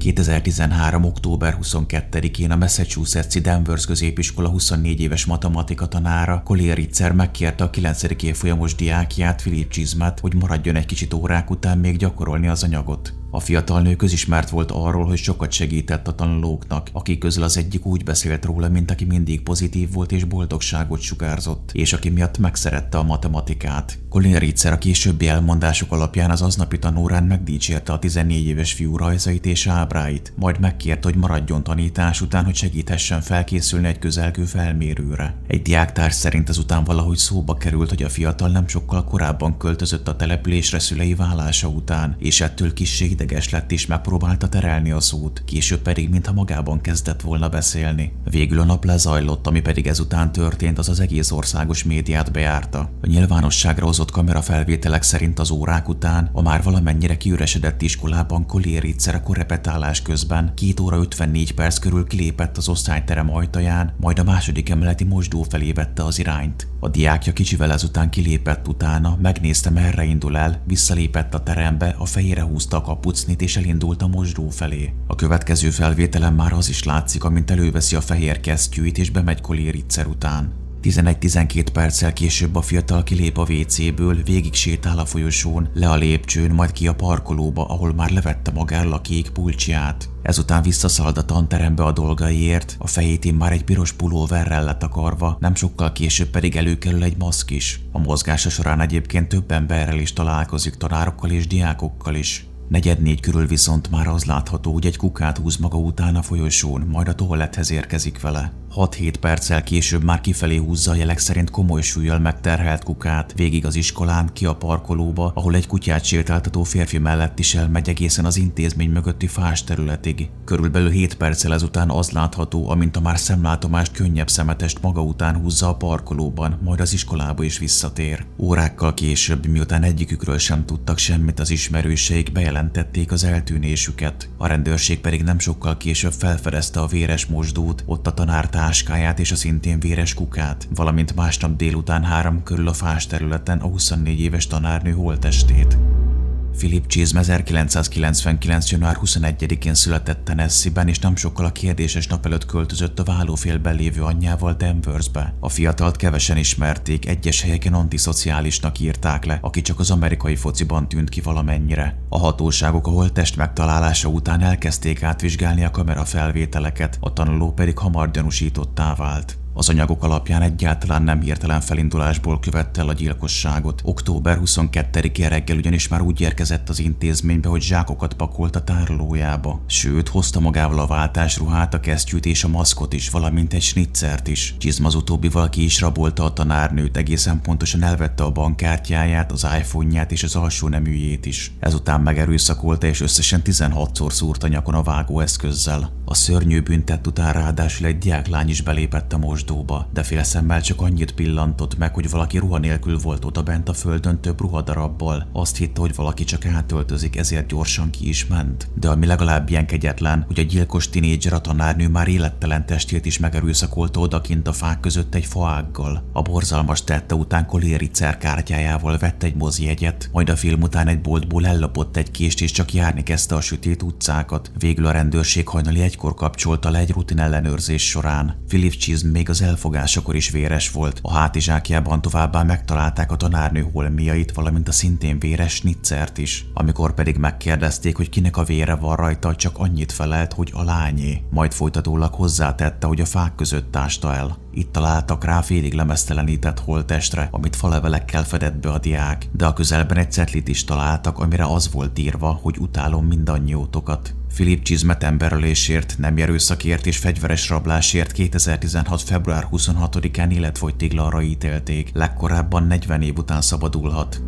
2013. október 22-én a Massachusetts-i Danvers középiskola 24 éves matematika tanára Collier Ritzer megkérte a 9. évfolyamos diákját, Philip Chismet, hogy maradjon egy kicsit órák után még gyakorolni az anyagot. A fiatal nő közismert volt arról, hogy sokat segített a tanulóknak, akik közül az egyik úgy beszélt róla, mint aki mindig pozitív volt és boldogságot sugárzott, és aki miatt megszerette a matematikát. Collier Ritzer a későbbi elmondások alapján az aznapi tanórán megdicsérte a 14 éves fiú rajzait és ábráit, majd megkérte, hogy maradjon tanítás után, hogy segíthessen felkészülni egy közelgő felmérőre. Egy diáktárs szerint ezután valahogy szóba került, hogy a fiatal nem sokkal korábban költözött a településre szülei válása után, és ettől kissé ideges lett és megpróbálta terelni a szót, később pedig mintha magában kezdett volna beszélni. Végül a nap lezajlott, ami pedig ezután történt, az egész országos médiát bejárta. A nyilvánosságra hozott kamerafelvételek szerint az órák után a már valamennyire kiüresedett iskolában Collier Ritzer a korrepetálás közben 2 óra 54 perc körül kilépett az osztályterem ajtaján, majd a második emeleti mosdó felé vette az irányt. A diákja kicsivel ezután kilépett utána, megnézte merre indul el, visszalépett a terembe, a fejére húzta a kapucnit és elindult a mosdó felé. A következő felvételen már az is látszik, amint előveszi a fehér kesztyűit és bemegy Collier Ritzer után. 11-12 perccel később a fiatal kilép a WC-ből, végig sétál a folyosón, le a lépcsőn, majd ki a parkolóba, ahol már levette magáról a kék pulcsiát. Ezután visszaszalad a tanterembe a dolgaiért, a fejét immár egy piros pulóverrel letakarva, nem sokkal később pedig előkerül egy maszk is. A mozgása során egyébként több emberrel is találkozik, tanárokkal és diákokkal is. 4:45 körül viszont már az látható, hogy egy kukát húz maga után a folyosón, majd a toaletthez érkezik vele. 6-7 perccel később már kifelé húzza a jelek szerint komoly súllyal megterhelt kukát, végig az iskolán, ki a parkolóba, ahol egy kutyát sétáltató férfi mellett is elmegy egészen az intézmény mögötti fás területig. Körülbelül 7 perccel ezután az látható, amint a már szemlátomást könnyebb szemetest maga után húzza a parkolóban, majd az iskolába is visszatér. Órákkal később, miután egyikükről sem tudtak semmit az ismerőseik, bejelentették az eltűnésüket. A rendőrség pedig nem sokkal később felfedezte a véres mosdót, ott a tanár táskáját és a szintén véres kukát, valamint másnap délután 3 körül a fás területen a 24 éves tanárnő holttestét. Philip Chisholm 1999. január 21-én született Tennessee-ben, és nem sokkal a kérdéses nap előtt költözött a vállófélben lévő anyjával Danversbe. A fiatalt kevesen ismerték, egyes helyeken antiszociálisnak írták le, aki csak az amerikai fociban tűnt ki valamennyire. A hatóságok a holttest megtalálása után elkezdték átvizsgálni a kamerafelvételeket, a tanuló pedig hamar gyanúsítottá vált. Az anyagok alapján egyáltalán nem hirtelen felindulásból követte el a gyilkosságot. Október 22-én reggel ugyanis már úgy érkezett az intézménybe, hogy zsákokat pakolt a tárolójába. Sőt, hozta magával a váltásruhát, a kesztyűt és a maszkot is, valamint egy snitzert is. Chisholm az utóbbival ki is rabolta a tanárnőt, egészen pontosan elvette a bankkártyáját, az iPhone-ját és az alsó neműjét is. Ezután megerőszakolta és összesen 16-szor szúrt a nyakon a vágóeszközzel. A szörnyű bűntett után ráadásul egy diáklány is belépett a mosdóba, de félszemmel csak annyit pillantott meg, hogy valaki ruha nélkül volt odabent a földön több ruhadarabbal. Azt hitte, hogy valaki csak átöltözik, ezért gyorsan ki is ment. De ami legalább ilyen kegyetlen, hogy a gyilkos tinédzser a tanárnő már élettelen testét is megerőszakolta odakint a fák között egy faággal. A borzalmas tette után Collier Ritzer kártyájával vett egy mozijegyet, majd a film után egy boltból ellopott egy kést és csak járni kezdte a sötét utcákat. Végül a rendőrség hajnali 1-kor kapcsolta le egy rutin ellenőrzés során. Philip Chisholm még az elfogásakor is véres volt. A hátizsákjában továbbá megtalálták a tanárnő holmiait, valamint a szintén véres snitzert is. Amikor pedig megkérdezték, hogy kinek a vére van rajta, csak annyit felelt, hogy a lányé. Majd folytatólag hozzátette, hogy a fák között ásta el. Itt találtak rá félig lemeztelenített holttestre, amit falevelekkel fedett be a diák, de a közelben egy cetlit is találtak, amire az volt írva, hogy utálom mindannyiótokat. Philip Chisholmet emberölésért, nemi erőszakért és fegyveres rablásért 2016. február 26-án életfogytiglanra ítélték, legkorábban 40 év után szabadulhat.